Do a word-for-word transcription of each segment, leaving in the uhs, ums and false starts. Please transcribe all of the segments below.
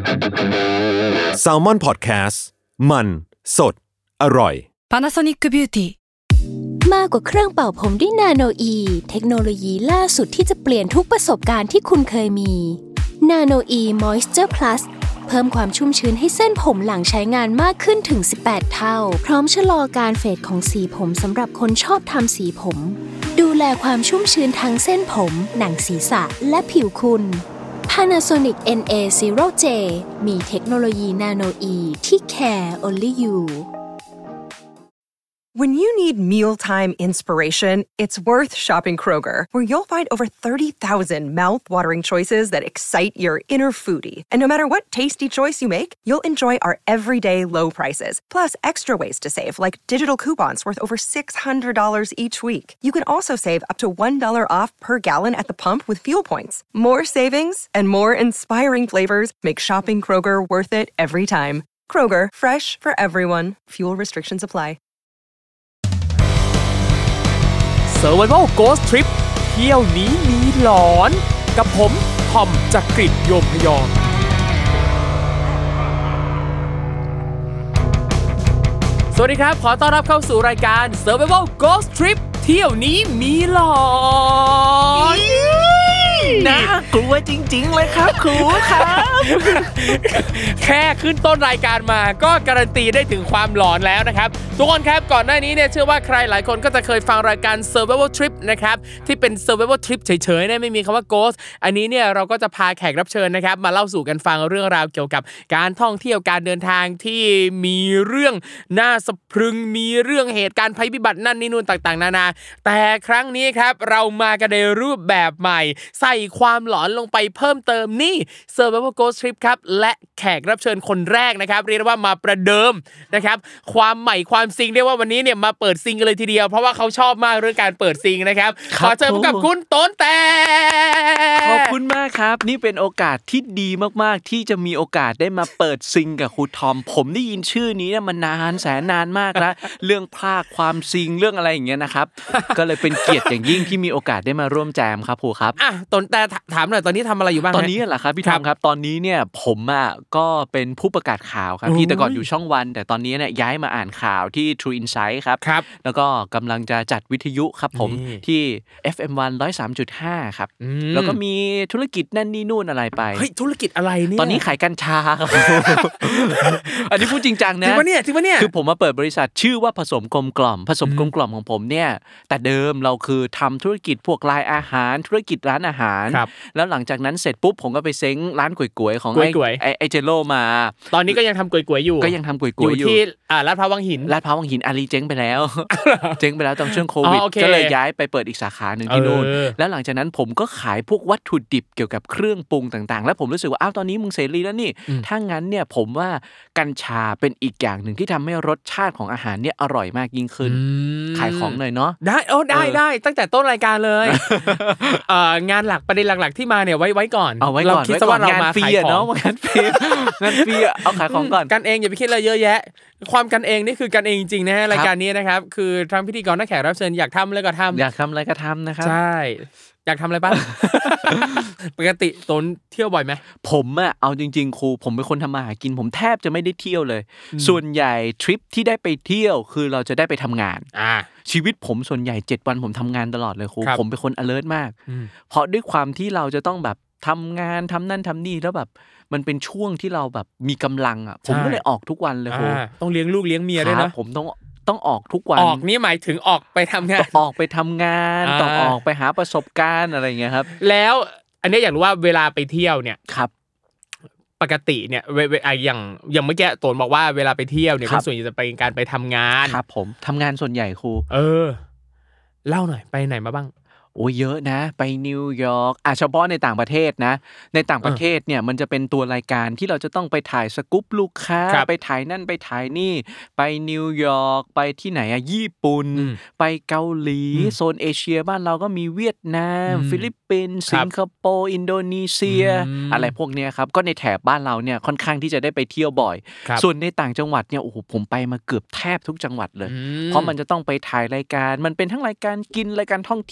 Salmon Podcast มันสดอร่อย Panasonic Beauty มากกว่าเครื่องเป่าผมด้วยนาโนอีเทคโนโลยีล่าสุดที่จะเปลี่ยนทุกประสบการณ์ที่คุณเคยมีนาโนอีมอยส์เจอร์พลัสเพิ่มความชุ่มชื้นให้เส้นผมหลังใช้งานมากขึ้นถึงสิบแปดเท่าพร้อมชะลอการเฟดของสีผมสำหรับคนชอบทำสีผมดูแลความชุ่มชื้นทั้งเส้นผมหนังศีรษะและผิวคุณ Panasonic เอ็น เอ ศูนย์ เจ มีเทคโนโลยีนาโนอีที่ care only you When you need mealtime inspiration, it's worth shopping Kroger, where you'll find over thirty thousand mouth-watering choices that excite your inner foodie. And no matter what tasty choice you make, you'll enjoy our everyday low prices, plus extra ways to save, like digital coupons worth over six hundred dollars each week. You can also save up to one dollar off per gallon at the pump with fuel points. More savings and more inspiring flavors make shopping Kroger worth it every time. Kroger, fresh for everyone. Fuel restrictions apply. Survival Ghost Trip เที่ยวนี้มีหลอนกับผมทอมจักริดโยมพยอมสวัสดีครับขอต้อนรับเข้าสู่รายการ Survival Ghost Trip เที่ยวนี้มีหลอนน่ากลัวจริงๆเลยครับครูครับแค่ขึ้นต้นรายการมาก็การันตีได้ถึงความหลอนแล้วนะครับทุกคนครับก่อนหน้านี้เนี่ยเชื่อว่าใครหลายคนก็จะเคยฟังรายการ Survival Trip นะครับที่เป็น Survival Trip เฉยๆเนี่ยไม่มีคำว่า Ghost อันนี้เนี่ยเราก็จะพาแขกรับเชิญนะครับมาเล่าสู่กันฟังเรื่องราวเกี่ยวกับการท่องเที่ยวการเดินทางที่มีเรื่องน่าสะพรึงมีเรื่องเหตุการณ์ภัยพิบัตินั่นนี่นู่นต่างๆนานาแต่ครั้งนี้ครับเรามากันในรูปแบบใหม่ใส่ความหลอนลงไปเพิ่มเติมนี่ Survival Ghost Trip ครับและแขกรับเชิญคนแรกนะครับเรียกได้ว่ามาประเดิมนะครับความใหม่ความซิงเรียกว่าวันนี้เนี่ยมาเปิดซิงกันเลยทีเดียวเพราะว่าเขาชอบมากเรื่องการเปิดซิงนะครับขอเชิญพบกับคุณต้นแต่ขอบคุณมากครับนี่เป็นโอกาสที่ดีมากๆที่จะมีโอกาสได้มาเปิดซิงกับครูทอมผมได้ยินชื่อนี้มานานแสนนานมากแล้วเรื่องภาคความซิงเรื่องอะไรอย่างเงี้ยนะครับก็เลยเป็นเกียรติอย่างยิ่งที่มีโอกาสได้มาร่วมแจมครับครูครับอ่ะต้นแต่ถามหน่อยตอนนี้ทำอะไรอยู่บ้างตอนนี้เหรอครับพี่ทอมครับตอนนี้เนี่ยผมอ่ะก็เป็นผู้ประกาศข่าวครับพี่แต่ก่อนอยู่ช่องวันแต่ตอนนี้เนี่ยย้ายมาอ่านข่าวที่ True Insight ครับแล้วก็กำลังจะจัดวิทยุครับผมที่ เอฟ เอ็ม วัน หนึ่งร้อยสามจุดห้า ครับแล้วก็มีธุรกิจนั่นนี่นู่นอะไรไปเฮ้ยธุรกิจอะไรเนี่ยตอนนี้ขายกัญชาครับอันนี้พูดจริงจังนะจริงป่ะเนี่ยจริงป่ะเนี่ยคือผมมาเปิดบริษัทชื่อว่าผสมกลมกล่อมผสมกลมกล่อมของผมเนี่ยแต่เดิมเราคือทำธุรกิจพวกรายอาหารธุรกิจร้านอาหารแล้วหลังจากนั้นเสร็จปุ๊บผมก็ไปเซ้งร้านก๋วยก๋วยของไอ้ไอ้เจโร่มาตอนนี้ก็ยังทำก๋วยก๋วยอยู่ก็ยังทำก๋วยก๋วยอยู่ที่อ่าลาดพร้าววังหินลาดพร้าววังหินอารีเจ๊งไปแล้วเจ๊งไปแล้วตอนช่วงโควิดก็เลยย้ายไปเปิดอีกสาขานึงที่นู่นแล้วหลังจากนั้นผมก็ขายพวกวัตถุดิบเกี่ยวกับเครื่องปรุงต่างๆแล้วผมรู้สึกว่าอ้าวตอนนี้มึงเสรีแล้วนี่ถ้างั้นเนี่ยผมว่ากัญชาเป็นอีกอย่างนึงที่ทำให้รสชาติของอาหารเนี่ยอร่อยมากยิ่งขึ้นขายของหน่อยเนาะได้โอ้ได้ได้ตั้งแต่ต้นรายการเลยเอ่องานหลักประเด็นหลักๆที่มาเนี่ยไว้ไว้ก่อนเราคิดซะว่าเรามาขายของเนาะงานฟรีงานฟรีเอาขายของก่อนกันเองอย่าไปคิดอะไรเยอะแยะความกันเองนี่คือกันเองจริงๆนะฮะรายการนี้นะครับคือทางพิธีกรนักแขกรับเชิญอยากทำอะไรก็ทำอยากทำอะไรก็ทำนะครับใช่อยากทำอะไรบ้างปกติต้นเที่ยวบ่อยไหมผมอะเอาจริงๆครูผมเป็นคนทำมาหากินผมแทบจะไม่ได้เที่ยวเลยส่วนใหญ่ทริปที่ได้ไปเที่ยวคือเราจะได้ไปทำงานชีวิตผมส่วนใหญ่เจ็ดวันผมทำงานตลอดเลยครูผมเป็นคน alert มากเพราะด้วยความที่เราจะต้องแบบทำงานทำนั่นทำนี่แล้วแบบมันเป็นช่วงที่เราแบบมีกำลังอ่ะผมก็เลยออกทุกวันเลยโหต้องเลี้ยงลูกเลี้ยงเมียด้วยนะผมต้องต้องออกทุกวันออกนี่หมายถึงออกไปทำงานออกไปทำงานต้องออกไปหาประสบการณ์อะไรอย่างเงี้ยครับแล้วอันนี้อยากรู้ว่าเวลาไปเที่ยวเนี่ยครับปกติเนี่ยอย่างอย่างเมื่อกี้โตนบอกว่าเวลาไปเที่ยวเนี่ยก็ส่วนใหญ่จะไปการไปทำงานครับผมทำงานส่วนใหญ่ครูเออเล่าหน่อยไปไหนมาบ้างโอ้เยอะนะไปนิวยอร์กอ่ะเฉพาะในต่างประเทศนะในต่างประเทศเนี่ยมันจะเป็นตัวรายการที่เราจะต้องไปถ่ายสกู๊ปลูกค้าไปถ่ายนั่นไปถ่ายนี่ไปนิวยอร์กไปที่ไหนอ่ะญี่ปุ่นไปเกาหลีโซนเอเชียบ้านเราก็มีเวียดนามฟิลิปปินส์สิงคโปร์อินโดนีเซียอะไรพวกเนี้ยครับก็ในแถบบ้านเราเนี่ยค่อนข้างที่จะได้ไปเที่ยวบ่อยส่วนในต่างจังหวัดเนี่ยโอ้โหผมไปมาเกือบแทบทุกจังหวัดเลยเพราะมันจะต้องไปถ่ายรายการมันเป็นทั้งรายการกินรายการท่องเที่ยวเพราะฉะนั้น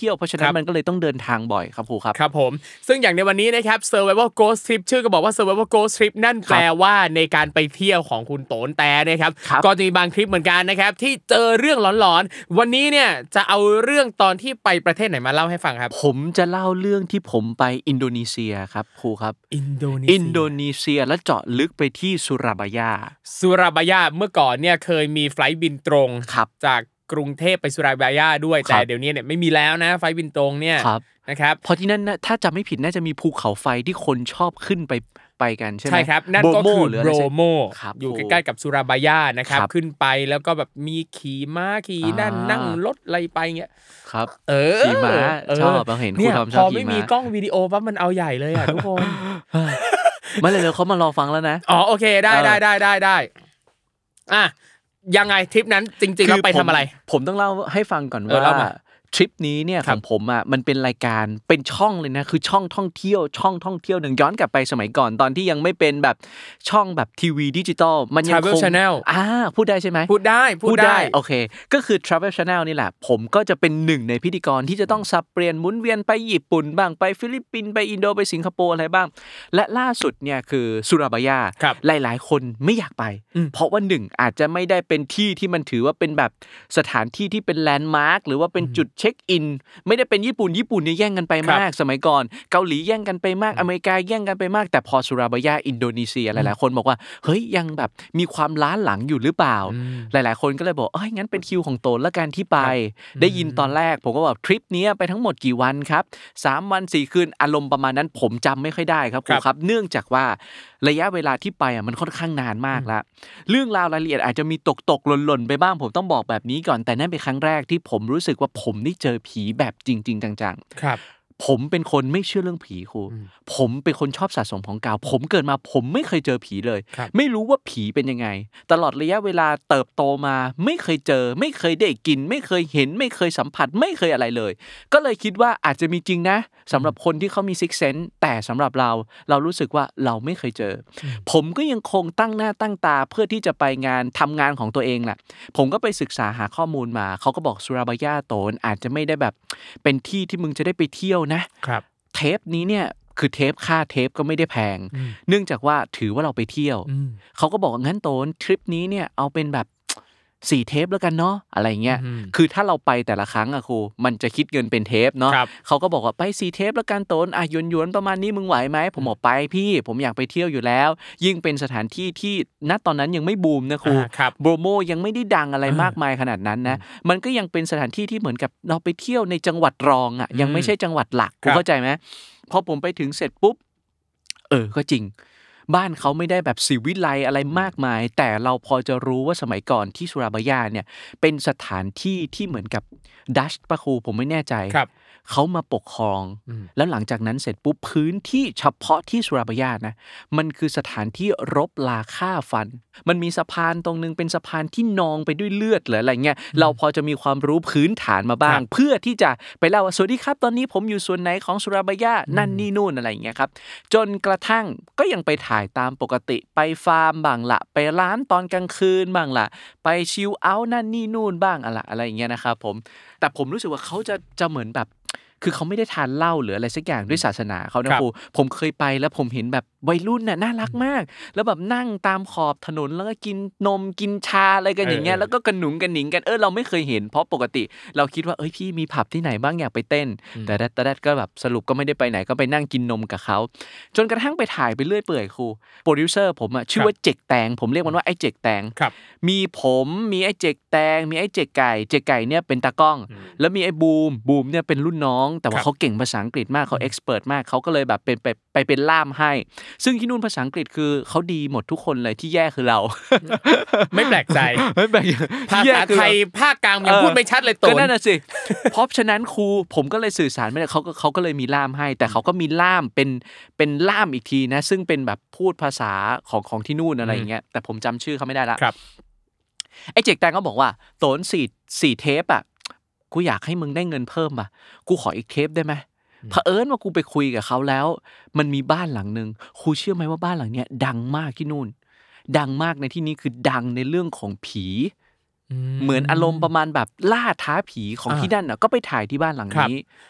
มันก็เลยต้องเดินทางบ่อยครับครูครับครับผมซึ่งอย่างในวันนี้นะครับ Survival Ghost Trip ชื่อก็บอกว่า Survival Ghost Trip นั่นแปลว่าในการไปเที่ยวของคุณโตนแต่นะครับก็จะมีบางทริปเหมือนกันนะครับที่เจอเรื่องหลอนๆวันนี้เนี่ยจะเอาเรื่องตอนที่ไปประเทศไหนมาเล่าให้ฟังครับผมจะเล่าเรื่องที่ผมไปอินโดนีเซียครับครูครับอินโดนีเซียอินโดนีเซียและเจาะลึกไปที่สุราบายาสุราบายาเมื่อก่อนเนี่ยเคยมีไฟลท์บินตรงจากกรุงเทพไปสุราบายาด้วยแต่เดี๋ยวนี้เนี่ยไม่มีแล้วนะไฟลท์บินตรงเนี่ยนะครับเพราะที่นั่นถ้าจำไม่ผิดน่าจะมีภูเขาไฟที่คนชอบขึ้นไปไปกันใช่ไหมใช่ครับนั่นก็คือโบรโมอยู่ใกล้ๆกับสุราบายานะครับขึ้นไปแล้วก็แบบมีขี่ม้าขี่นั่นนั่งรถอะไรไปเงี้ยครับเออขี่ม้าชอบเราเห็นครูทอมชอบขี่ม้าพอไม่มีกล้องวิดีโอปั๊บมันเอาใหญ่เลยอ่ะทุกคนไม่เลยเขามารอฟังแล้วนะอ๋อโอเคได้ได้ได้ได้ได้อ่ะยังไงทริปนั้นจริงๆแล้วไปทำอะไรผมต้องเล่าให้ฟังก่อนว่าทริปนี้เนี่ยของผมอ่ะมันเป็นรายการเป็นช่องเลยนะคือช่องท่องเที่ยวช่องท่องเที่ยวหนึ่งย้อนกลับไปสมัยก่อนตอนที่ยังไม่เป็นแบบช่องแบบทีวีดิจิตอลมันยังคง Channel อ่าพูดได้ใช่ไหมพูดได้พูดได้โอเคก็คือ Travel Channel นี่แหละผมก็จะเป็นหนึ่งในพิธีกรที่จะต้องสับเปลี่ยนหมุนเวียนไปญี่ปุ่นบ้างไปฟิลิปปินส์ไปอินโดไปสิงคโปร์อะไรบ้างและล่าสุดเนี่ยคือสุราบายาหลายๆคนไม่อยากไปเพราะว่าหนึ่งอาจจะไม่ได้เป็นที่ที่มันถือว่าเป็นแบบสถานที่ที่เป็นแลนด์มาร์คหรือว่าเป็นจุดเช็คอินไม่ได้เป็นญี่ปุ่นญี่ปุ่นเนี่ยแย่งกันไปมากสมัยก่อนเกาหลีแย่งกันไปมากอเมริกาแย่งกันไปมากแต่พอสุราบายาอินโดนีเซียหลายๆคนบอกว่าเฮ้ยยังแบบมีความล้าหลังอยู่หรือเปล่าหลายๆคนก็เลยบอกเอ้ยงั้นเป็นคิวของโตนละกันที่ไปได้ยินตอนแรกผมก็แบบทริปนี้ไปทั้งหมดกี่วันครับสามวันสี่คืนอารมณ์ประมาณนั้นผมจำไม่ค่อยได้ครับครูครับเนื่องจากว่าระยะเวลาที่ไปอ่ะมันค่อนข้างนานมากแล้วเรื่องราวรายละเอียดอาจจะมีตกๆหล่นๆไปบ้างผมต้องบอกแบบนี้ก่อนแต่นั่นเป็นครั้งแรกที่ผมรู้สึกว่าผมได้เจอผีแบบจริงๆจังๆครับผมเป็นคนไม่เชื่อเรื่องผีครูผมเป็นคนชอบสะสมของเก่าผมเกิดมาผมไม่เคยเจอผีเลยไม่รู้ว่าผีเป็นยังไงตลอดระยะเวลาเติบโตมาไม่เคยเจอไม่เคยได้กินไม่เคยเห็นไม่เคยสัมผัสไม่เคยอะไรเลยก็เลยคิดว่าอาจจะมีจริงนะสำหรับคนที่เขามีซิกเซนส์แต่สำหรับเราเรารู้สึกว่าเราไม่เคยเจอผมก็ยังคงตั้งหน้าตั้งตาเพื่อที่จะไปงานทำงานของตัวเองแหละผมก็ไปศึกษาหาข้อมูลมาเขาก็บอกสุราบายาโตนอาจจะไม่ได้แบบเป็นที่ที่มึงจะได้ไปเที่ยวนะครับเทปนี้เนี่ยคือเทปค่าเทปก็ไม่ได้แพงเนื่องจากว่าถือว่าเราไปเที่ยวเขาก็บอกงั้นโตนทริปนี้เนี่ยเอาเป็นแบบสี่เทปแล้วกันเนาะอะไรเงี้ยคือถ้าเราไปแต่ละครั้งอะครูมันจะคิดเงินเป็นเทปเนาะเขาก็บอกว่าไปสี่เทปแล้วกันโตนอ่ะหยวนๆประมาณนี้มึงไหวไหมผมบอกไปพี่ผมอยากไปเที่ยวอยู่แล้วยิ่งเป็นสถานที่ที่ณตอนนั้นยังไม่บูมนะครูโบรโมยังไม่ได้ดังอะไรมากมายขนาดนั้นนะมันก็ยังเป็นสถานที่ที่เหมือนกับเราไปเที่ยวในจังหวัดรองอะยังไม่ใช่จังหวัดหลักครูเข้าใจไหมพอผมไปถึงเสร็จปุ๊บเออก็จริงบ้านเขาไม่ได้แบบศิวิไลอะไรมากมายแต่เราพอจะรู้ว่าสมัยก่อนที่สุราบายาเนี่ยเป็นสถานที่ที่เหมือนกับดัชปะครูผมไม่แน่ใจเขามาปกครองแล้วหลังจากนั้นเสร็จปุ๊บพื้นที่เฉพาะที่สุราบายานะมันคือสถานที่รบลาฆ่าฟันมันมีสะพานตรงนึงเป็นสะพานที่นองไปด้วยเลือดหรืออะไรเงี้ยเราพอจะมีความรู้พื้นฐานมาบ้างเพื่อที่จะไปเล่าว่าสวัสดีครับตอนนี้ผมอยู่ส่วนไหนของสุราบายานั่นนี่นู่นอะไรเงี้ยครับจนกระทั่งก็ยังไปถ่ายตามปกติไปฟาร์มบ้างละไปร้านตอนกลางคืนบ้างละไปชิลเอาท์นั่นนี่นู่นบ้างอะไรอะไรอย่างเงี้ยนะครับผมแต่ผมรู้สึกว่าเขาจะจะเหมือนแบบคือเขาไม่ได้ทานเหล้าหรืออะไรสักอย่างด้วยศาสนาเขานะครูผมเคยไปแล้วผมเห็นแบบวัยรุ่นน่ะน่ารักมากแล้วแบบนั่งตามขอบถนนแล้วก็กินนมกินชาอะไรกันอย่างเงี้ยแล้วก็กระหนุงกระหนิงกันเออเราไม่เคยเห็นเพราะปกติเราคิดว่าเอ้ยพี่มีผับที่ไหนบ้างอยากไปเต้นแต่แดดแต่แดดก็แบบสรุปก็ไม่ได้ไปไหนก็ไปนั่งกินนมกับเขาจนกระทั่งไปถ่ายไปเรื่อยเปื่อยครูโปรดิวเซอร์ผมอ่ะชื่อว่าเจกแตงผมเรียกมันว่าไอ้เจกแตงมีผมมีไอ้เจกแตงมีไอ้เจกไก่เจกไก่เนี่ยเป็นตากล้องแล้วมีไอ้บูมบูมเนี่ยเป็นรุ่นน้องแต่ว่าเขาเก่งภาษาอังกฤษมากเขาเอ็กซ์เพิร์ทมากเขาก็เลยแบบเป็นไปไปเป็นล่ามให้ซึ่งที่นู่นภาษาอังกฤษคือเขาดีหมดทุกคนเลยที่แย่คือเราไม่แปลกใจไม่แปลกภาษาไทยภาคกลางยังพูดไม่ชัดเลยตัวก็นั่นน่ะสิเพราะฉะนั้นครูผมก็เลยสื่อสารไม่ได้เขาก็เขาก็เลยมีล่ามให้แต่เขาก็มีล่ามเป็นเป็นล่ามอีกทีนะซึ่งเป็นแบบพูดภาษาของของที่นู่นอะไรอย่างเงี้ยแต่ผมจำชื่อเขาไม่ได้ละไอ้เจกแตงก็บอกว่าโตนสี่สี่เทปอ่ะกูอยากให้มึงได้เงินเพิ่มอ่ะกูขออีกเทปได้ไหมเผอิญว่ากูไปคุยกับเขาแล้วมันมีบ้านหลังนึงครูเชื่อไหมว่าบ้านหลังเนี้ยดังมากที่นู่นดังมากในที่นี้คือดังในเรื่องของผีเหมือนอารมณ์ประมาณแบบล่าท้าผีของที่นั่นน่ะก็ไปถ่ายที่บ้านหลังนี้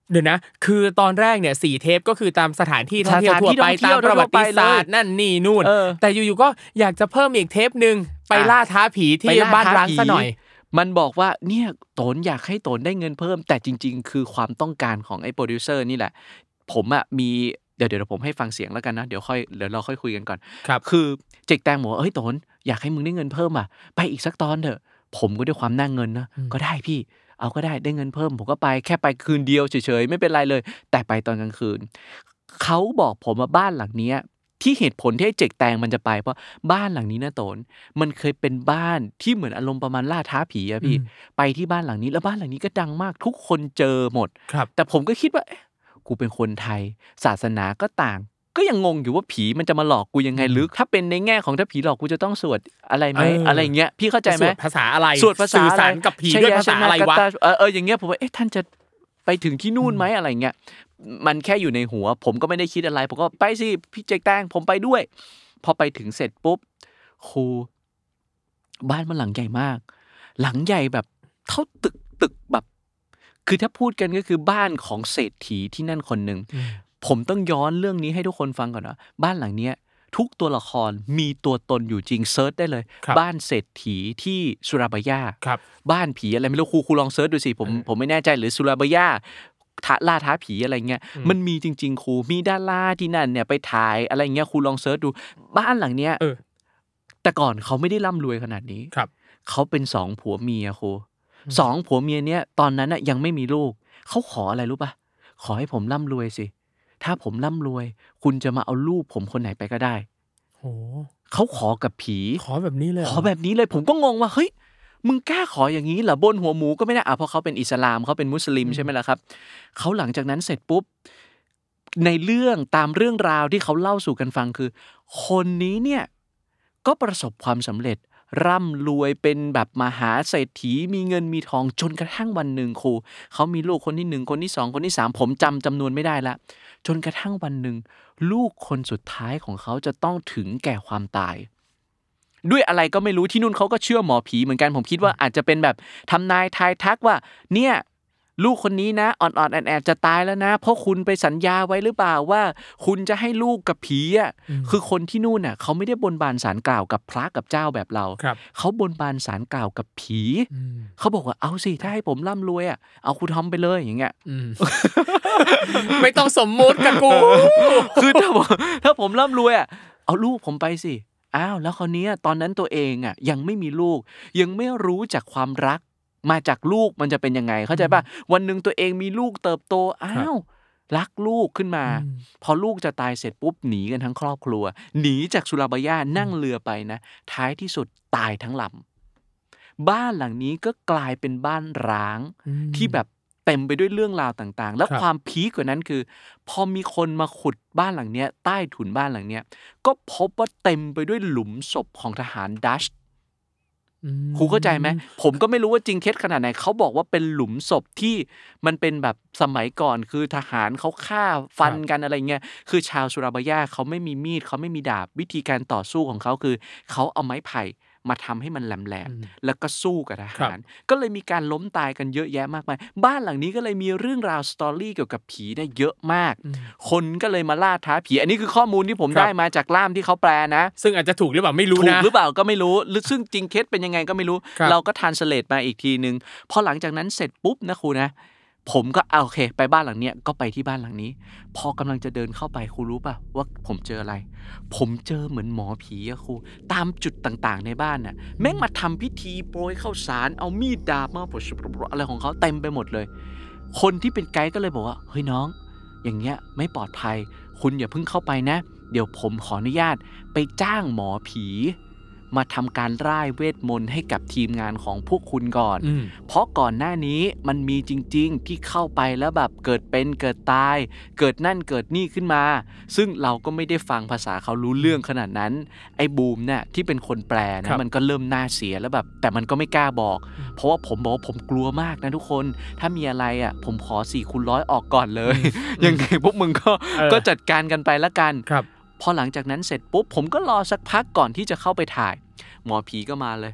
เดี๋ยวนะคือตอนแรกเนี่ยสี่เทปก็คือตามสถานที่ท่องเที่ยวทั่วไปตามประวัติศาสตร์นั่นนี่นู่นแต่อยู่ๆก็อยากจะเพิ่มอีกเทปนึงไปล่าท้าผีที่บ้านร้างซะหน่อยมันบอกว่าเนี่ยโตนอยากให้โตนได้เงินเพิ่มแต่จริงๆคือความต้องการของไอ้โปรดิวเซอร์นี่แหละผมอ่ะมีเดี๋ยวเดี๋ยวผมให้ฟังเสียงแล้วกันนะเดี๋ยวค่อยเดี๋ยวเราค่อยคุยกันก่อนครับคือเจกแตงบอกว่าเอ้ยโตนอยากให้มึงได้เงินเพิ่มอ่ะไปอีกสักตอนเถอะผมก็ด้วยความน่าเงินนะก็ได้พี่เอาก็ได้ได้เงินเพิ่มผมก็ไปแค่ไปคืนเดียวเฉยๆไม่เป็นไรเลยแต่ไปตอนกลางคืนเขาบอกผมว่าบ้านหลังนี้ที่เหตุผลที่เจกแตงมันจะไปเพราะบ้านหลังนี้นะโตนมันเคยเป็นบ้านที่เหมือนอารมณ์ประมาณล่าท้าผีอะพี่ไปที่บ้านหลังนี้แล้วบ้านหลังนี้ก็ดังมากทุกคนเจอหมดแต่ผมก็คิดว่ากูเป็นคนไทยศาสนาก็ต่างก็ยังงงอยู่ว่าผีมันจะมาหลอกกูยังไงหรือถ้าเป็นในแง่ของถ้าผีหลอกกูจะต้องสวดอะไรไหมอะไรเงี้ยพี่เข้าใจไหมสวดภาษาอะไรสวดภาษาสื่อสารกับผีด้วยภาษาอะไรวะเออเอออย่างเงี้ยผมว่าเอ๊ะท่านจะไปถึงที่นู่นไหมอะไรเงี้ยมันแค่อยู่ในหัวผมก็ไม่ได้คิดอะไรผมก็ไปสิพี่เจกแตงผมไปด้วยพอไปถึงเสร็จปุ๊บครูบ้านมันหลังใหญ่มากหลังใหญ่แบบเท่าตึกตึกแบบคือถ้าพูดกันก็คือบ้านของเศรษฐีที่นั่นคนนึงผมต้องย้อนเรื่องนี้ให้ทุกคนฟังก่อนนะบ้านหลังเนี้ยทุกตัวละครมีตัวตนอยู่จริงเซิร์ชได้เลยบ้านเศรษฐีที่สุราบายาบ้านผีอะไรไม่รู้ครูครูลองเซิร์ชดูสิผมผมไม่แน่ใจหรือสุราบายาท้าล่าท้าผีอะไรเงี้ยมันมีจริงๆครูมีดาราที่นั่นเนี่ยไปถ่ายอะไรเงี้ยครูลองเซิร์ชดูบ้านหลังเนี้ยแต่ก่อนเขาไม่ได้ร่ำรวยขนาดนี้เขาเป็นสองผัวเมียครูสองผัวเมียเนี้ยตอนนั้นน่ะยังไม่มีลูกเขาขออะไรรู้ป่ะขอให้ผมร่ำรวยสิถ้าผมร่ำรวยคุณจะมาเอาลูกผมคนไหนไปก็ได้โอ้เขาขอกับผีขอแบบนี้เลยขอแบบนี้เลยผมก็งงว่าเฮ้ยมึงกล้าขออย่างนี้เหรอบนหัวหมูก็ไม่ได้อ่ะเพราะเขาเป็นอิสลามเขาเป็นมุสลิมใช่ไหมล่ะครับเขาหลังจากนั้นเสร็จปุ๊บในเรื่องตามเรื่องราวที่เขาเล่าสู่กันฟังคือคนนี้เนี่ยก็ประสบความสำเร็จร่ำรวยเป็นแบบมหาเศรษฐีมีเงินมีทองจนกระทั่งวันหนึ่งครูเขามีลูกคนที่หนึ่งคนที่สองคนที่สามผมจำจำนวนไม่ได้ละจนกระทั่งวันหนึ่งลูกคนสุดท้ายของเขาจะต้องถึงแก่ความตายด้วยอะไรก็ไม่รู้ที่นู่นเขาก็เชื่อหมอผีเหมือนกันผมคิดว่าอาจจะเป็นแบบทำนายทายทักว่าเนี่ยลูกคนนี้นะอ่อนๆแอดๆจะตายแล้วนะเพราะคุณไปสัญญาไว้หรือเปล่าว่าคุณจะให้ลูกกับผีอ่ะคือคนที่นู่นน่ะเขาไม่ได้บนบานศาลกล่าวกับพระกับเจ้าแบบเราเขาบนบานศาลกล่าวกับผีเขาบอกว่าเอาสิถ้าให้ผมร่ำรวยอ่ะเอาคุณทอมไปเลยอย่างเงี้ยไม่ต้องสมมุติกับกูคือถ้าผมถ้าผมร่ำรวยอ่ะเอาลูกผมไปสิอ้าวแล้วคราวนี้ตอนนั้นตัวเองอ่ะยังไม่มีลูกยังไม่รู้จักความรักมาจากลูกมันจะเป็นยังไงเข้าใจป่ะวันนึงตัวเองมีลูกเติบโตอ้าวรักลูกขึ้นมาพอลูกจะตายเสร็จปุ๊บหนีกันทั้งครอบครัวหนีจากสุราบายานั่งเรือไปนะท้ายที่สุดตายทั้งลำบ้านหลังนี้ก็กลายเป็นบ้านร้างที่แบบเต็มไปด้วยเรื่องราวต่างๆแล้วความพีคกว่านั้นคือพอมีคนมาขุดบ้านหลังเนี้ยใต้ถุนบ้านหลังเนี้ยก็พบว่าเต็มไปด้วยหลุมศพของทหารดัชครูเข้าใจไหมผมก็ไม่รู้ว่าจริงเท็จขนาดไหนเขาบอกว่าเป็นหลุมศพที่มันเป็นแบบสมัยก่อนคือทหารเขาฆ่าฟันกันอะไรเงี้ยคือชาวสุราบายาเขาไม่มีมีดเขาไม่มีดาบวิธีการต่อสู้ของเขาคือเขาเอาไม้ไผ่มาทำให้มันแหลมๆแล้วก็สู้กับทหารก็เลยมีการล้มตายกันเยอะแยะมากมายบ้านหลังนี้ก็เลยมีเรื่องราวสตอรี่เกี่ยวกับผีเนี่ยเยอะมากคนก็เลยมาล่าท้าผีอันนี้คือข้อมูลที่ผมได้มาจากล่ามที่เขาแปลนะซึ่งอาจจะถูกหรือเปล่าไม่รู้นะถูกหรือเปล่าก็ไม่รู้หรือซึ่งจริงเท็จเป็นยังไงก็ไม่รู้เราก็ทรานสเลทมาอีกทีนึงพอหลังจากนั้นเสร็จปุ๊บนะครูนะผมก็โอเคไปบ้านหลังเนี้ยก็ไปที่บ้านหลังนี้พอกำลังจะเดินเข้าไปครูรู้ป่ะว่าผมเจออะไรผมเจอเหมือนหมอผีอะครูตามจุดต่างๆในบ้านน่ะแม่งมาทำพิธีโปรยข้าวสารเอามีดดาบมาปะอะไรของเขาเต็มไปหมดเลยคนที่เป็นไกด์ก็เลยบอกว่าเฮ้ยน้องอย่างเงี้ยไม่ปลอดภัยคุณอย่าเพิ่งเข้าไปนะเดี๋ยวผมขออนุญาตไปจ้างหมอผีมาทำการร่ายเวทมนต์ให้กับทีมงานของพวกคุณก่อนเพราะก่อนหน้านี้มันมีจริงๆที่เข้าไปแล้วแบบเกิดเป็นเกิดตายเกิดนั่นเกิดนี่ขึ้นมาซึ่งเราก็ไม่ได้ฟังภาษาเขารู้เรื่องขนาดนั้นไอ้บูมเนี่ยที่เป็นคนแปลนะมันก็เริ่มน่าเสียแล้วแบบแต่มันก็ไม่กล้าบอกเพราะว่าผมบอกว่าผมกลัวมากนะทุกคนถ้ามีอะไรอ่ะผมขอสี่คูณร้อยออกก่อนเลย ยังไงพวกมึงก็ก็จัดการกันไปละกันพอหลังจากนั้นเสร็จปุ๊บผมก็รอสักพักก่อนที่จะเข้าไปถ่ายหมอผีก็มาเลย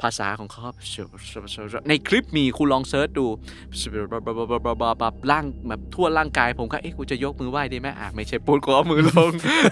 ภาษาของเขาในคลิปมีคุณลองเซิร์ชดูร่างแบบทั่วร่างกายผมก็เอ๊ะกูจะยกมือไหว้ได้ไหมอ่ะไม่ใช่ปุ๊บกูเอามือลง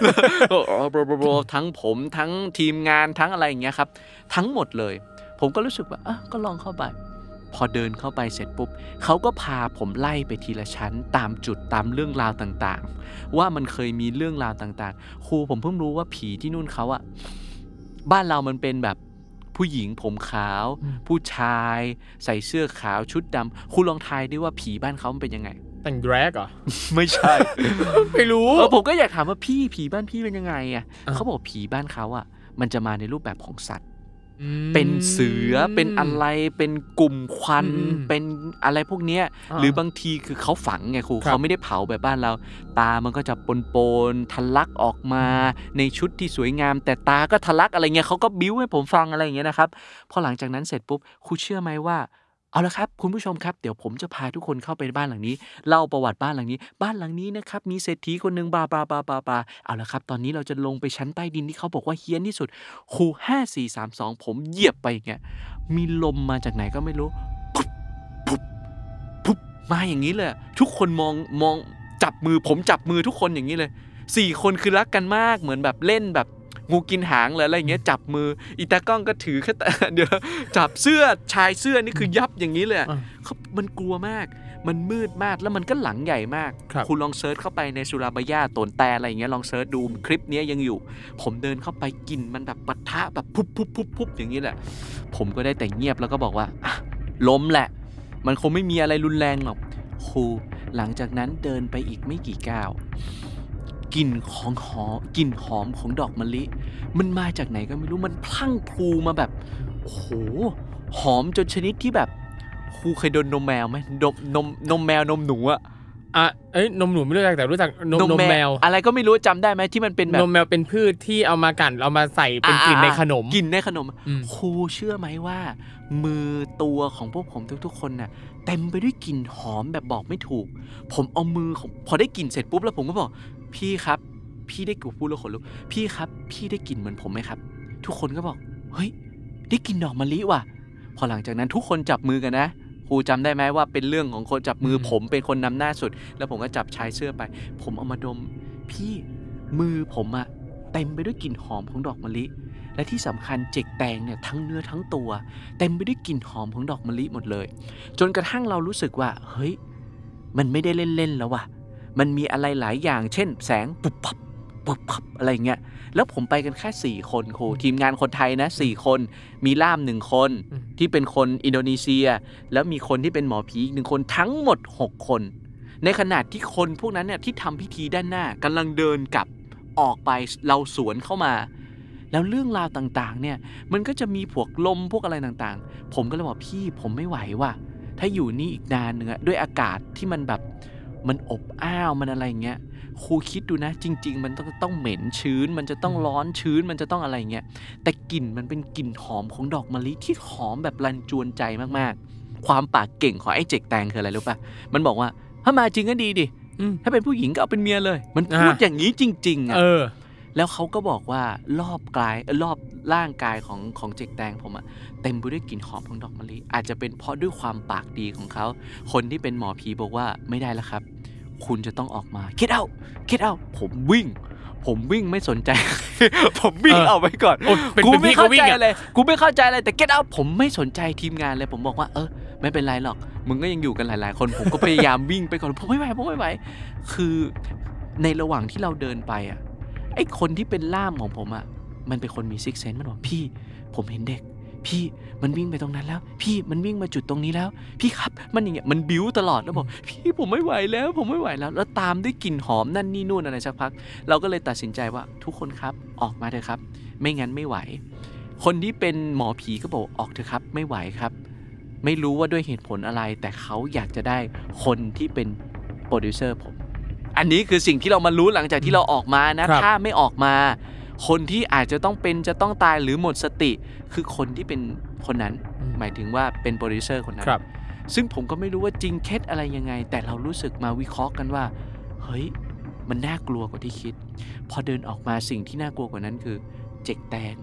ทั้งผมทั้งทีมงานทั้งอะไรอย่างเงี้ยครับทั้งหมดเลยผมก็รู้สึกว่าอ่ะก็ลองเข้าไปพอเดินเข้าไปเสร็จปุ๊บเขาก็พาผมไล่ไปทีละชั้นตามจุดตามเรื่องราวต่างๆว่ามันเคยมีเรื่องราวต่างๆครูผมเพิ่งรู้ว่าผีที่นู่นเขาอะบ้านเรามันเป็นแบบผู้หญิงผมขาวผู้ชายใส่เสื้อขาวชุดดำครูลองทายดิว่าผีบ้านเขามันเป็นยังไงแต่งแดรกเหรอไม่ใช่ไม่รู้เออผมก็อยากถามว่าพี่ผีบ้านพี่เป็นยังไงอ่ะเขาบอกผีบ้านเขาอ่ะมันจะมาในรูปแบบของสัตว์เป็นเสือเป็นอะไรเป็นกลุ่มควันเป็นอะไรพวกเนี้ยหรือบางทีคือเขาฝังไงครูเขาไม่ได้เผาแบบบ้านเราตามันก็จะปนๆทะลักออกมาในชุดที่สวยงามแต่ตาก็ทะลักอะไรเงี้ยเขาก็บิ้วให้ผมฟังอะไรอย่างเงี้ยนะครับพอหลังจากนั้นเสร็จปุ๊บครูเชื่อไหมว่าเอาละครับคุณผู้ชมครับเดี๋ยวผมจะพาทุกคนเข้าไปบ้านหลังนี้เล่าประวัติบ้านหลังนี้บ้านหลังนี้นะครับมีเศรษฐีคนนึงบาบาบาบาบาเอาละครับตอนนี้เราจะลงไปชั้นใต้ดินที่เขาบอกว่าเฮี้ยนที่สุดครูห้า สี่ สาม สองผมเหยียบไปอย่างเงี้ยมีลมมาจากไหนก็ไม่รู้ปุ๊บปุ๊บปุ๊บมาอย่างนี้เลยทุกคนมองมองจับมือผมจับมือทุกคนอย่างนี้เลยสี่คนคือรักกันมากเหมือนแบบเล่นแบบงูกินหางเลยอะไรอย่างเงี้ยจับมืออีตากล้องก็ถือแค่เดี๋ยวจับเสื้อชายเสื้อนี่คือยับอย่างนี้เลยเขามันกลัวมากมันมืดมากแล้วมันก็หลังใหญ่มากคุณลองเซิร์ชเข้าไปในสุราบายาตนแต่อะไรอย่างเงี้ยลองเซิร์ชดูคลิปนี้ยังอยู่ผมเดินเข้าไปกลิ่นมันแบบปะทะแบบพุบพุบพุบพุบอย่างนี้แหละผมก็ได้แต่เงียบแล้วก็บอกว่าล้มแหละมันคงไม่มีอะไรรุนแรงหรอกครูหลังจากนั้นเดินไปอีกไม่กี่ก้าวกลิ่นของหอมกลิ่นหอมของดอกมะลิมันมาจากไหนก็ไม่รู้มันพลั่งพลูมาแบบโอ้โหหอมจนชนิดที่แบบครูเคยโดนนมแมวไหมนมนมนมแมวนมหนูอะอ่ะเอ้ยนมหนูไม่รู้จักแต่รู้จักนมนมแมวอะไรก็ไม่รู้จำได้ไหมที่มันเป็นแบบนมแมวเป็นพืชที่เอามากั่นเอามาใส่เป็นกลิ่นในขนมกลิ่นในขนมครูเชื่อไหมว่ามือตัวของพวกผมทุกๆคนน่ะเต็มไปด้วยกลิ่นหอมแบบบอกไม่ถูกผมเอามือของพอได้กลิ่นเสร็จปุ๊บแล้วผมก็บอกพี่ครับพี่ได้กลิ่นพูดแล้วขนลุกพี่ครับพี่ได้กลิ่นเหมือนผมไหมครับทุกคนก็บอกเฮ้ยได้กลิ่นดอกมะลิว่ะพอหลังจากนั้นทุกคนจับมือกันนะครูจำได้ไหมว่าเป็นเรื่องของคนจับมือผมเป็นคนนำหน้าสุดแล้วผมก็จับชายเสื้อไปผมเอามาดมพี่มือผมอะเต็มไปด้วยกลิ่นหอมของดอกมะลิและที่สำคัญเจกแตงเนี่ยทั้งเนื้อทั้งตัวเต็มไปด้วยกลิ่นหอมของดอกมะลิหมดเลยจนกระทั่งเรารู้สึกว่าเฮ้ยมันไม่ได้เล่นๆแล้วว่ะมันมีอะไรหลายอย่างเช่นแสงปุ๊บปั๊บปุ๊บปั๊บอะไรเงี้ยแล้วผมไปกันแค่สี่คนครูทีมงานคนไทยนะสี่คนมีล่ามหนึ่งคนที่เป็นคนอินโดนีเซียแล้วมีคนที่เป็นหมอผีอีกหนึ่งคนทั้งหมดหกคนในขณะที่คนพวกนั้นเนี่ยที่ทำพิธีด้านหน้ากำลังเดินกลับออกไปเราสวนเข้ามาแล้วเรื่องราวต่างๆเนี่ยมันก็จะมีพวกลมพวกอะไรต่างๆผมก็เลยบอกพี่ผมไม่ไหวว่ะถ้าอยู่นี่อีกนานนึงอะด้วยอากาศที่มันแบบมันอบอ้าวมันอะไรเงี้ยครูคิดดูนะจริงๆมันต้องต้องเหม็นชื้นมันจะต้องร้อนชื้นมันจะต้องอะไรเงี้ยแต่กลิ่นมันเป็นกลิ่นหอมของดอกมะลิที่หอมแบบรันจวนใจมากๆความปากเก่งของไอ้เจกแตงคืออะไรรู้ป่ะมันบอกว่าถ้ามาจริงก็ดีดิถ้าเป็นผู้หญิงก็เอาเป็นเมียเลยมันพูดอย่างนี้จริงๆอ่ะแล้วเขาก็บอกว่ารอบกายรอบร่างกายของของเจกแตงผมอะเต็มไปด้วยกลิ่นหอมของดอกมะลิอาจจะเป็นเพราะด้วยความปากดีของเขาคนที่เป็นหมอผีบอกว่าไม่ได้แล้วครับคุณจะต้องออกมาคิดเอาคิดเอาผมวิ่งผมวิ่งไม่สนใจผมวิ่งเอาไว้ก่อนกูไม่เข้าใจอะไรกูไม่เข้าใจอะไรแต่คิดเอาผมไม่สนใจทีมงานเลยผมบอกว่าเออไม่เป็นไรหรอกมึงก็ยังอยู่กันหลายๆคนผมก็พยายามวิ่งไปก่อนผมไม่ไหวผมไม่ไหวคือในระหว่างที่เราเดินไปอ่ะไอ้คนที่เป็นล่ามของผมอ่ะมันเป็นคนมีซิกเซนส์มันบอกพี่ผมเห็นเด็กพี่มันวิ่งไปตรงนั้นแล้วพี่มันวิ่งมาจุดตรงนี้แล้วพี่ครับมันอย่างเงี้ยมันบิ้วตลอดแล้วบอกพี่ผมไม่ไหวแล้วผมไม่ไหวแล้วแล้วตามด้วยกลิ่นหอมนั่นนี่นู่นอะไรสักพักเราก็เลยตัดสินใจว่าทุกคนครับออกมาเถอะครับไม่งั้นไม่ไหวคนที่เป็นหมอผีก็บอกออกเถอะครับไม่ไหวครับไม่รู้ว่าด้วยเหตุผลอะไรแต่เขาอยากจะได้คนที่เป็นโปรดิวเซอร์ผมอันนี้คือสิ่งที่เรามารู้หลังจากที่เราออกมานะถ้าไม่ออกมาคนที่อาจจะต้องเป็นจะต้องตายหรือหมดสติคือคนที่เป็นคนนั้นหมายถึงว่าเป็นโปรดิวเซอร์คนนั้นซึ่งผมก็ไม่รู้ว่าจริงเท็จอะไรยังไงแต่เรารู้สึกมาวิเคราะห์กันว่าเฮ้ยมันน่ากลัวกว่าที่คิดพอเดินออกมาสิ่งที่น่ากลัวกว่านั้นคือเจกแตง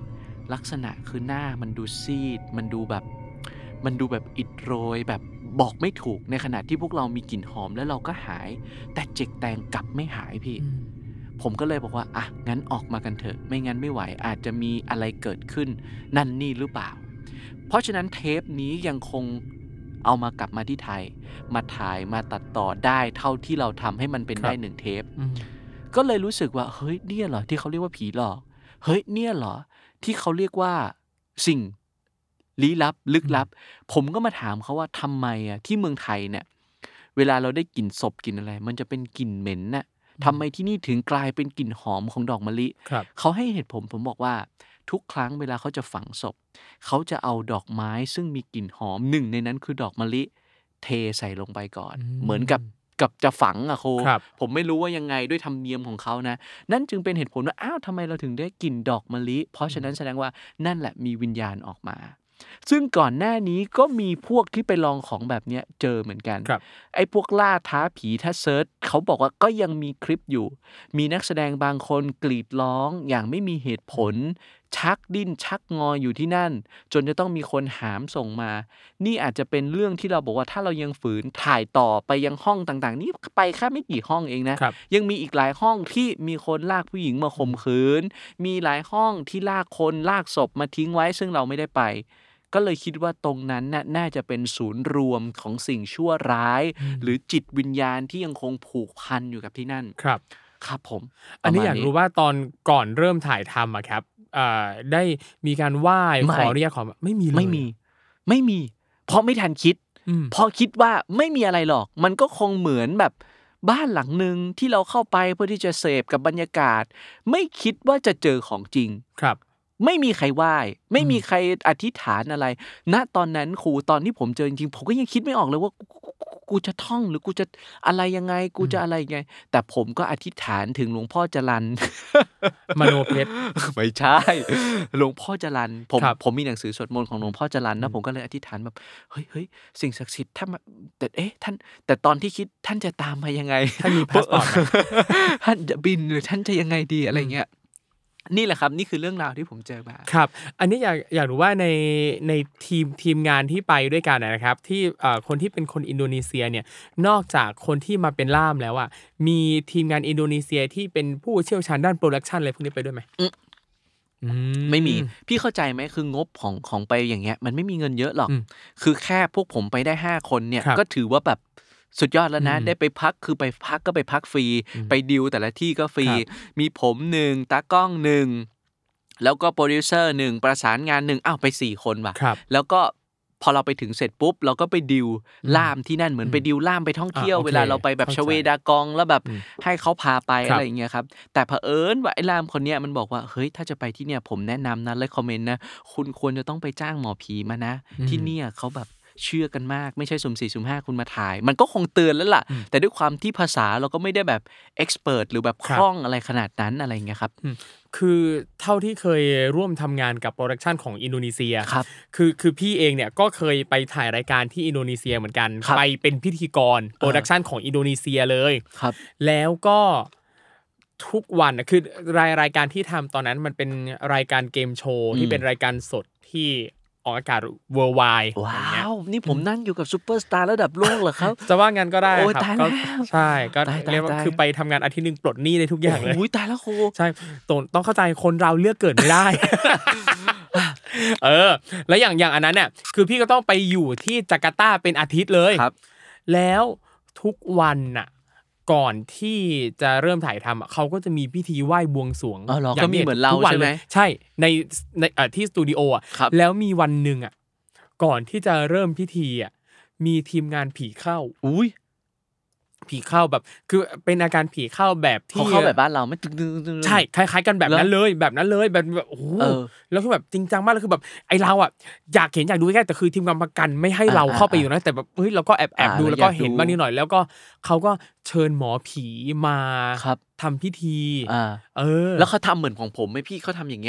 ลักษณะคือหน้ามันดูซีดมันดูแบบมันดูแบบอิดโรยแบบบอกไม่ถูกในขณะที่พวกเรามีกลิ่นหอมแล้วเราก็หายแต่เจกแตงกลับไม่หายพี่ผมก็เลยบอกว่าอ่ะงั้นออกมากันเถอะไม่งั้นไม่ไหวอาจจะมีอะไรเกิดขึ้นนั่นนี่หรือเปล่าเพราะฉะนั้นเทปนี้ยังคงเอามากลับมาที่ไทยมาถ่ายมาตัดต่อได้เท่าที่เราทำให้มันเป็นได้หนึ่งเทปก็เลยรู้สึกว่าเฮ้ยเนี่ยเหรอที่เขาเรียกว่าผีหลอกเฮ้ยเนี่ยเหรอที่เขาเรียกว่าสิ่งลี้ลับลึกลับผมก็มาถามเขาว่าทำไมอ่ะที่เมืองไทยเนี่ยเวลาเราได้กลิ่นศพกลิ่นอะไรมันจะเป็นกลิ่นเหม็นน่ะทำไมที่นี่ถึงกลายเป็นกลิ่นหอมของดอกมะลิเขาให้เหตุผลผมบอกว่าทุกครั้งเวลาเขาจะฝังศพเขาจะเอาดอกไม้ซึ่งมีกลิ่นหอมหนึ่งในนั้นคือดอกมะลิเทใส่ลงไปก่อนเหมือนกับกับจะฝังอะโคผมไม่รู้ว่ายังไงด้วยธรรมเนียมของเขานะนั่นจึงเป็นเหตุผลว่าอ้าวทำไมเราถึงได้กลิ่นดอกมะลิเพราะฉะนั้นแสดงว่านั่นแหละมีวิญญาณออกมาซึ่งก่อนหน้านี้ก็มีพวกที่ไปลองของแบบนี้เจอเหมือนกันไอ้พวกล่าท้าผีถ้าเซิร์ชเขาบอกว่าก็ยังมีคลิปอยู่มีนักแสดงบางคนกรีดร้องอย่างไม่มีเหตุผลชักดิ้นชักงออยู่ที่นั่นจนจะต้องมีคนหามส่งมานี่อาจจะเป็นเรื่องที่เราบอกว่าถ้าเรายังฝืนถ่ายต่อไปยังห้องต่างๆนี่ไปแค่ไม่กี่ห้องเองนะยังมีอีกหลายห้องที่มีคนลากผู้หญิงมาข่มขืนมีหลายห้องที่ลากคนลากศพมาทิ้งไว้ซึ่งเราไม่ได้ไปก็เลยคิดว่าตรงนั้นน่ะน่าจะเป็นศูนย์รวมของสิ่งชั่วร้ายหรือจิตวิญญาณที่ยังคงผูกพันอยู่กับที่นั่นครับครับผมอันนี้อยากรู้ว่าตอนก่อนเริ่มถ่ายทำอะครับได้มีการไหว้ขออนุญาตขอไม่มีเลยไม่มีไม่มีเพราะไม่ทันคิดเพราะคิดว่าไม่มีอะไรหรอกมันก็คงเหมือนแบบบ้านหลังนึงที่เราเข้าไปเพื่อที่จะเสพกับบรรยากาศไม่คิดว่าจะเจอของจริงครับไม่มีใครไหว้ไม่มีใครอธิษฐานอะไรณตอนนั้นครูตอนที่ผมเจอจริงๆผมก็ยังคิดไม่ออกเลยว่ากูจะท่องหรือกูจะอะไรยังไงกูจะอะไรยังไงแต่ผมก็อธิษฐานถึงหลวงพ่อจรัญมโนเพชรไม่ใช่หลวงพ่อจรัญผมผมมีหนังสือสวดมนต์ของหลวงพ่อจรัญนะผมก็เลยอธิษฐานแบบเฮ้ยเฮ้ยสิ่งศักดิ์สิทธิ์ถ้าแต่เอ๊ะท่านแต่ตอนที่คิดท่านจะตามมายังไงท่านมีพาสปอร์ตท่านจะบินหรือท่านจะยังไงดีอะไรเงี้ยนี่แหละครับนี่คือเรื่องราวที่ผมเจอมาครับอันนี้อยากอยากรู้ว่าในในทีมทีมงานที่ไปด้วยกันนะครับที่เอ่อคนที่เป็นคนอินโดนีเซียเนี่ยนอกจากคนที่มาเป็นล่ามแล้วอ่ะมีทีมงานอินโดนีเซียที่เป็นผู้เชี่ยวชาญด้านโปรดักชันอะไรพวกนี้ไปด้วยไหมไม่มีพี่เข้าใจไหมคืองบของของไปอย่างเงี้ยมันไม่มีเงินเยอะหรอกคือแค่พวกผมไปได้ห้าคนเนี่ยก็ถือว่าแบบสุดยอดแล้วนะได้ไปพักคือไปพักก็ไปพักฟรีไปดิวแต่ละที่ก็ฟรีมีผมหนึ่งตากล้องหนึ่งแล้วก็โปรดิวเซอร์หนึ่งประสานงานหนึ่งอ้าวไปสี่คนว่ะแล้วก็พอเราไปถึงเสร็จปุ๊บเราก็ไปดิวล่ามที่นั่นเหมือนไปดิวล่ามไปท่องเที่ยวเวลาเราไปแบบชเวดากองแล้วแบบให้เขาพาไปอะไรอย่างเงี้ยครับแต่เผอิญว่าไอ้ล่ามคนเนี้ยมันบอกว่าเฮ้ยถ้าจะไปที่เนี่ยผมแนะนำนะเลยคอมเมนต์นะคุณควรจะต้องไปจ้างหมอผีมานะที่เนี่ยเขาแบบเชื่อกันมากไม่ใช่สุ่มสี่สุ่มห้าคุณมาถ่ายมันก็คงเตือนแล้วล่ะแต่ด้วยความที่ภาษาเราก็ไม่ได้แบบเอ็กซ์เพิร์ทหรือแบบคล่องอะไรขนาดนั้นอะไรเงี้ยครับคือเท่าที่เคยร่วมทำงานกับโปรดักชันของอินโดนีเซียครับคือคือพี่เองเนี่ยก็เคยไปถ่ายรายการที่อินโดนีเซียเหมือนกันไปเป็นพิธีกรโปรดักชันของอินโดนีเซียเลยครับแล้วก็ทุกวันนะคือรายรายการที่ทำตอนนั้นมันเป็นรายการเกมโชว์ที่เป็นรายการสดที่ออกอากาศ worldwide ว้าวนี่ผมนั่งอยู่กับซุปเปอร์สตาร์ระดับโลกเหรอครับจะว่างั้นก็ได้ครับก็ใช่ก็เรียกว่าคือไปทำงานอาทิตย์นึงปลดหนี้ได้ทุกอย่างเลยโอ้ยตายแล้วครูใช่ต้องเข้าใจคนเราเลือกเกิดไม่ได้เออแล้วอย่างอย่างอันนั้นเนี่ยคือพี่ก็ต้องไปอยู่ที่จาการ์ตาเป็นอาทิตย์เลยครับแล้วทุกวันน่ะก่อนที่จะเริ่มถ่ายทำเขาก็จะมีพิธีไหว้บวงสรวงอย่างก็มีเหมือนเราใช่ไหมใช่ในในที่สตูดิโออ่ะแล้วมีวันหนึ่งอ่ะก่อนที่จะเริ่มพิธีอ่ะมีทีมงานผีเข้าอุ้ยผีเข้าแบบคือเป็นอาการผีเข้าแบบที่เขาเข้าแบบบ้านเราไม่ตึงๆใช่คล้ายๆกันแบบนั้นเลยแบบนั้นเลยแบบแบบโอ้โหแล้วคือแบบจริงจังมากแล้วคือแบบไอเราอ่ะอยากเห็นอยากดูใกล้แต่คือทีมงานประกันไม่ให้เราเข้าไปอยู่นะแต่แบบเฮ้ยเราก็แอบแอบดูแล้วก็เห็นบ้างนิดหน่อยแล้วก็เขาก็เชิญหมอผีมาทำพิธีเออแล้วเขาทำเหมือนของผมไหมพี่เขาทำอย่างเงี้ย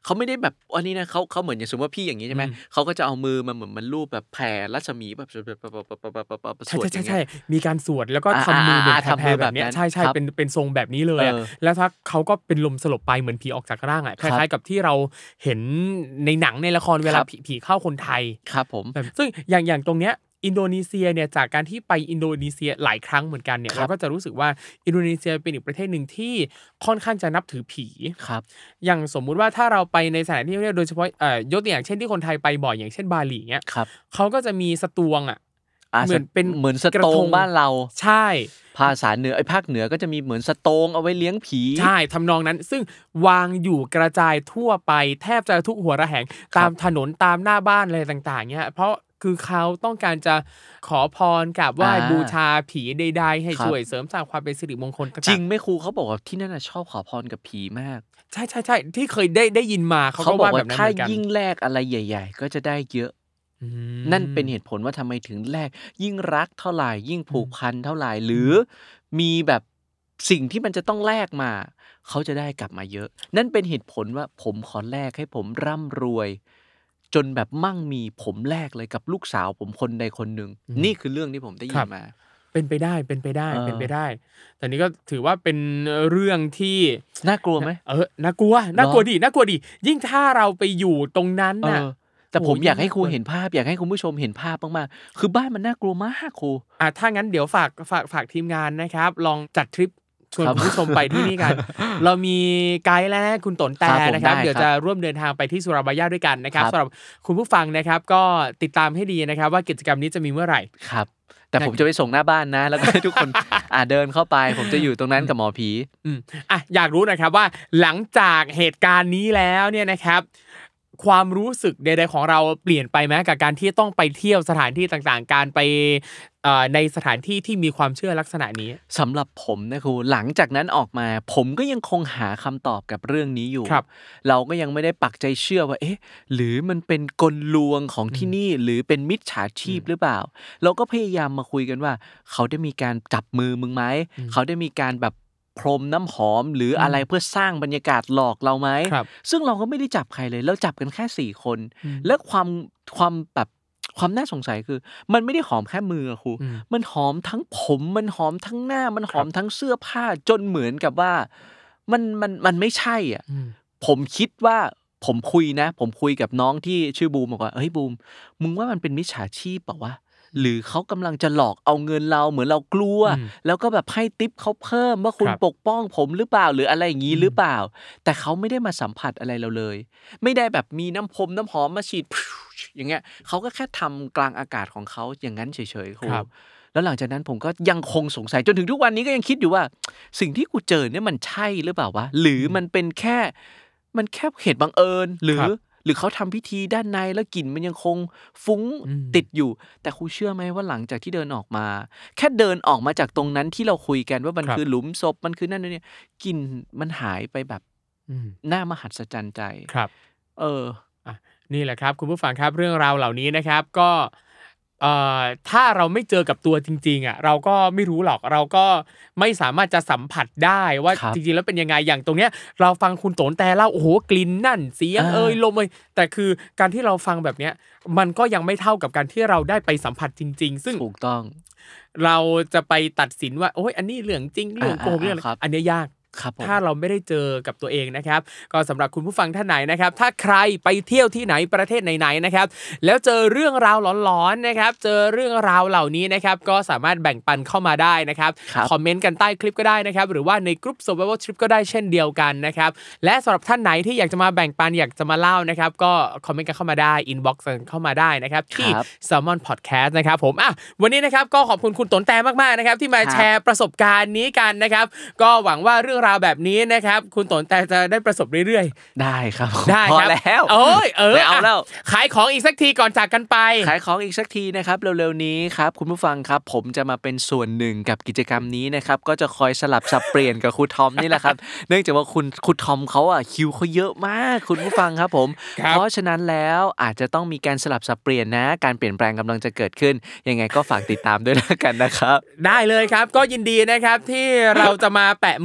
เขาไม่ได้แบบอันนี้นะเขาเขาเหมือนอย่างสมมติว่าพี่อย่างนี้ใช่ไหมเขาก็จะเอามือมาเหมือนมันลูบแบบแผ่รัศมีแบบใช่สวดอย่างเงี้ยใช่มีการสวดแล้วก็ทำมือเหมือนแผ่แบบนี้ใช่ใช่เป็นเป็นทรงแบบนี้เลยแล้วถ้าเขาก็เป็นลมสลบไปเหมือนผีออกจากร่างอ่ะคล้ายๆกับที่เราเห็นในหนังในละครเวลาผีผีเข้าคนไทยครับผมซึ่งอย่างอย่างตรงเนี้ยอินโดนีเซียเนี่ยจากการที่ไปอินโดนีเซียหลายครั้งเหมือนกันเนี่ยเราก็จะรู้สึกว่าอินโดนีเซียเป็นอีกประเทศหนึ่งที่ค่อนข้างจะนับถือผีครับอย่างสมมุติว่าถ้าเราไปในสถานที่ท่องเที่ยวโดยเฉพาะเอ่อยกตัวอย่างเช่นที่คนไทยไปบ่อยอย่างเช่นบาหลีเงี้ยเขาก็จะมีสตวงอ่ะเหมือนเป็นเหมือนสตงบ้านเราใช่ภาษาเหนือไอ้ภาคเหนือก็จะมีเหมือนสตงเอาไว้เลี้ยงผีใช่ทำนองนั้นซึ่งวางอยู่กระจายทั่วไปแทบจะทุกหัวระแหงตามถนนตามหน้าบ้านอะไรต่างๆเงี้ยเพราะคือเขาต้องการจะขอพรกราบไหว้บูชาผีใดๆให้ช่วยเสริมสร้างความเป็นสิริมงคลจริงไหมครูเขาบอกว่าที่นั่นน่ะชอบขอพรกับผีมากใช่ๆๆที่เคยได้ได้ยินมาเขาก็ว่าแบบนั้นเหมือนกันถ้ายิ่งแลกอะไรใหญ่ๆก็จะได้เยอะนั่นเป็นเหตุผลว่าทำไมถึงแลกยิ่งรักเท่าไหร่ยิ่งผูกพันเท่าไหร่หรือมีแบบสิ่งที่มันจะต้องแลกมาเขาจะได้กลับมาเยอะนั่นเป็นเหตุผลว่าผมขอแลกให้ผมร่ำรวยจนแบบมั่งมีผมแลกเลยกับลูกสาวผมคนใดคนหนึ่งนี่คือเรื่องที่ผมได้ยินมาเป็นไปได้เป็นไปได้เป็นไปได้แต่นี้ก็ถือว่าเป็นเรื่องที่น่ากลัวไหมเออน่ากลัวน่ากลัวดิน่ากลัวดิยิ่งถ้าเราไปอยู่ตรงนั้นน่ะแต่ผมอยากให้ครูเห็นภาพอยากให้คุณผู้ชมเห็นภาพมากๆคือบ้านมันน่ากลัวมากครูอ่ะถ้างั้นเดี๋ยวฝากฝากฝากทีมงานนะครับลองจัดทริปชวนคุณผู้ชมไปที่นี่กันเรามีไกด์แล้วนะคุณตนแต่นะครับเดี๋ยวจะร่วมเดินทางไปที่สุราบายาด้วยกันนะครับสำหรับคุณผู้ฟังนะครับก็ติดตามให้ดีนะครับว่ากิจกรรมนี้จะมีเมื่อไหร่ครับแต่ผมจะไปส่งหน้าบ้านนะแล้วก็ให้ทุกคนอ่าเดินเข้าไปผมจะอยู่ตรงนั้นกับหมอผีอืมอ่ะอยากรู้นะครับว่าหลังจากเหตุการณ์นี้แล้วเนี่ยนะครับความรู้สึกใดๆของเราเปลี่ยนไปไหมกับการที่ต้องไปเที่ยวสถานที่ต่างๆการไปในสถานที่ที่มีความเชื่อลักษณะนี้สำหรับผมนะครูหลังจากนั้นออกมาผมก็ยังคงหาคำตอบกับเรื่องนี้อยู่เราก็ยังไม่ได้ปักใจเชื่อว่าเอ๊ะหรือมันเป็นกลลวงของที่นี่หรือเป็นมิจฉาชีพหรือเปล่าเราก็พยายามมาคุยกันว่าเขาได้มีการจับมือมึงไหมเขาได้มีการแบบพรมน้ำหอมหรืออะไรเพื่อสร้างบรรยากาศหลอกเราไหมซึ่งเราก็ไม่ได้จับใครเลยเราจับกันแค่สี่คนและความความแบบความน่าสงสัยคือมันไม่ได้หอมแค่มือครูมันหอมทั้งผมมันหอมทั้งหน้ามันหอมทั้งเสื้อผ้าจนเหมือนกับว่ามันมันมันไม่ใช่อ่ะผมคิดว่าผมคุยนะผมคุยกับน้องที่ชื่อบูมบอกว่าเฮ้ยบูมมึงว่ามันเป็นมิจฉาชีพเปล่าวะหรือเขากำลังจะหลอกเอาเงินเราเหมือนเรากลัวแล้วก็แบบให้ทิปเขาเพิ่มว่าคุณปกป้องผมหรือเปล่าหรืออะไรอย่างนี้หรือเปล่าแต่เขาไม่ได้มาสัมผัสอะไรเราเลยไม่ได้แบบมีน้ำพรมน้ำหอมมาฉีดอย่างเงี้ยเขาก็แค่ทำกลางอากาศของเขาอย่างนั้นเฉยๆครูแล้วหลังจากนั้นผมก็ยังคงสงสัยจนถึงทุกวันนี้ก็ยังคิดอยู่ว่าสิ่งที่กูเจอเนี่ยมันใช่หรือเปล่าวะหรือมันเป็นแค่มันแค่เหตุบังเอิญหรือหรือเขาทำพิธีด้านในแล้วกลิ่นมันยังคงฟุ้งติดอยู่แต่ครูเชื่อไหมว่าหลังจากที่เดินออกมาแค่เดินออกมาจากตรงนั้นที่เราคุยกันว่ามันคือหลุมศพมันคือนั่นนี่กลิ่นมันหายไปแบบน่ามหัศจรรย์ใจครับเอออ่ะนี่แหละครับคุณผู้ฟังครับเรื่องราวเหล่านี้นะครับก็เอ่อถ้าเราไม่เจอกับตัวจริงๆอ่ะเราก็ไม่รู้หรอกเราก็ไม่สามารถจะสัมผัสได้ว่าจริงๆแล้วเป็นยังไงอย่างตรงเนี้ยเราฟังคุณโตนแต่เล่าโอ้โหกลิ่นนั่นเสียงเอ่ยลมเอ่ยแต่คือการที่เราฟังแบบเนี้ยมันก็ยังไม่เท่ากับการที่เราได้ไปสัมผัสจริงๆซึ่งถูกต้องเราจะไปตัดสินว่าโอ้ยอันนี้เรื่องจริงเรื่องโกหกเรื่องอะไรอันนี้ยากถ้าเราไม่ได้เจอกับตัวเองนะครับก็สำหรับคุณผู้ฟังท่านไหนนะครับถ้าใครไปเที่ยวที่ไหนประเทศไหนๆนะครับแล้วเจอเรื่องราวหลอนๆนะครับเจอเรื่องราวเหล่านี้นะครับก็สามารถแบ่งปันเข้ามาได้นะครับคอมเมนต์กันใต้คลิปก็ได้นะครับหรือว่าในกลุ่ม Survival Trip ก็ได้เช่นเดียวกันนะครับและสำหรับท่านไหนที่อยากจะมาแบ่งปันอยากจะมาเล่านะครับก็คอมเมนต์กันเข้ามาได้อินบ็อกซ์กันเข้ามาได้นะครับที่ Salmon Podcast นะครับผมอ่ะวันนี้นะครับก็ขอบคุณคุณตนแต่มากๆนะครับที่มาแชร์ประสบการณ์นี้กันนะครับก็หวังว่าเรื่องราวแบบนี้นะครับคุณตนแต่จะได้ประสบเรื่อยๆได้ครับได้ครับแล้วโอ้ยเออเอาแล้วขายของอีกสักทีก่อนจากกันไปขายของอีกสักทีนะครับเร็วๆนี้ครับคุณผู้ฟังครับผมจะมาเป็นส่วนหนึ่งกับกิจกรรมนี้นะครับก็จะคอยสลับสับเปลี่ยนกับครูทอมนี่แหละครับเนื่องจากว่าคุณครูทอมเขาอ่ะคิวเขาเยอะมากคุณผู้ฟังครับผมเพราะฉะนั้นแล้วอาจจะต้องมีการสลับสับเปลี่ยนนะการเปลี่ยนแปลงกำลังจะเกิดขึ้นยังไงก็ฝากติดตามด้วยแล้วกันนะครับได้เลยครับก็ยินดีนะครับที่เราจะมาแปะมือกัน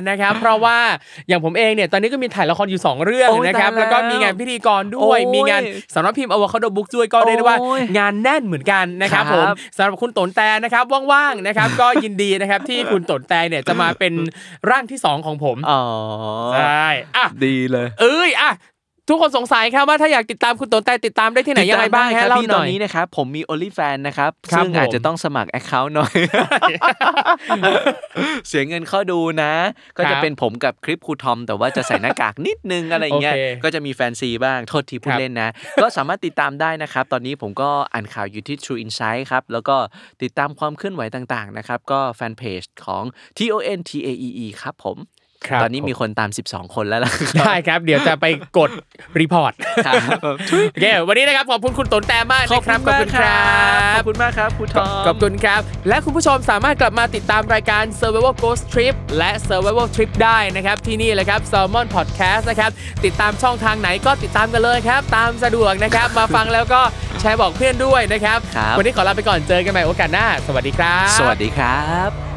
นะครับเพราะว่าอย่างผมเองเนี่ยตอนนี้ก็มีถ่ายละครอยู่สองเรื่องนะครับแล้วก็มีงานพิธีกรด้วยมีงานสำนักพิมพ์ Avocado Books ด้วยก็เรียกได้ว่างานแน่นเหมือนกันนะครับผมสำหรับคุณตนแต่นะครับว่างๆนะครับก็ยินดีนะครับที่คุณตนแต่เนี่ยจะมาเป็นร่างที่สองของผมอ๋อใช่อ่ะดีเลยเอ้ยอ่ะทุกคนสงสัยครับว่าถ้าอยากติดตามคุณตนแต่ติดตามได้ที่ไหนยังไงบ้างฮะเล่าหน่อยตอนนี้นะครับผมมี OnlyFans นะครับซึ่งอาจจะต้องสมัคร account หน่อย เสียเงินเข้าดูนะก็จะเป็นผมกับคลิปครูทอมแต่ว่าจะใส่หน้ากากนิดนึงอะไรเงี้ยก็จะมีแฟนซีบ้างโทษทีพูดเล่นนะก็สามารถติดตามได้นะครับตอนนี้ผมก็อ่านข่าวอยู่ที่ True Insight ครับแล้วก็ติดตามความเคลื่อนไหวต่างๆนะครับก็แฟนเพจของ ที โอ เอ็น ที เอ อี อี ครับผมตอนนี้มีคนตามสิบสองคนแล้วล่ะได้ครับเดี๋ยวจะไปกดรีพอร์ตครับโอเควันนี้นะครับขอบคุณคุณตนแต่มากนะครับขอบคุณครับขอบคุณมากครับครูทอมขอบคุณครับและคุณผู้ชมสามารถกลับมาติดตามรายการ Survival Ghost Trip และ Survival Trip ได้นะครับที่นี่เลยครับ Salmon Podcast นะครับติดตามช่องทางไหนก็ติดตามกันเลยครับตามสะดวกนะครับมาฟังแล้วก็แชร์บอกเพื่อนด้วยนะครับวันนี้ขอลาไปก่อนเจอกันใหม่โอกาสหน้าสวัสดีครับสวัสดีครับ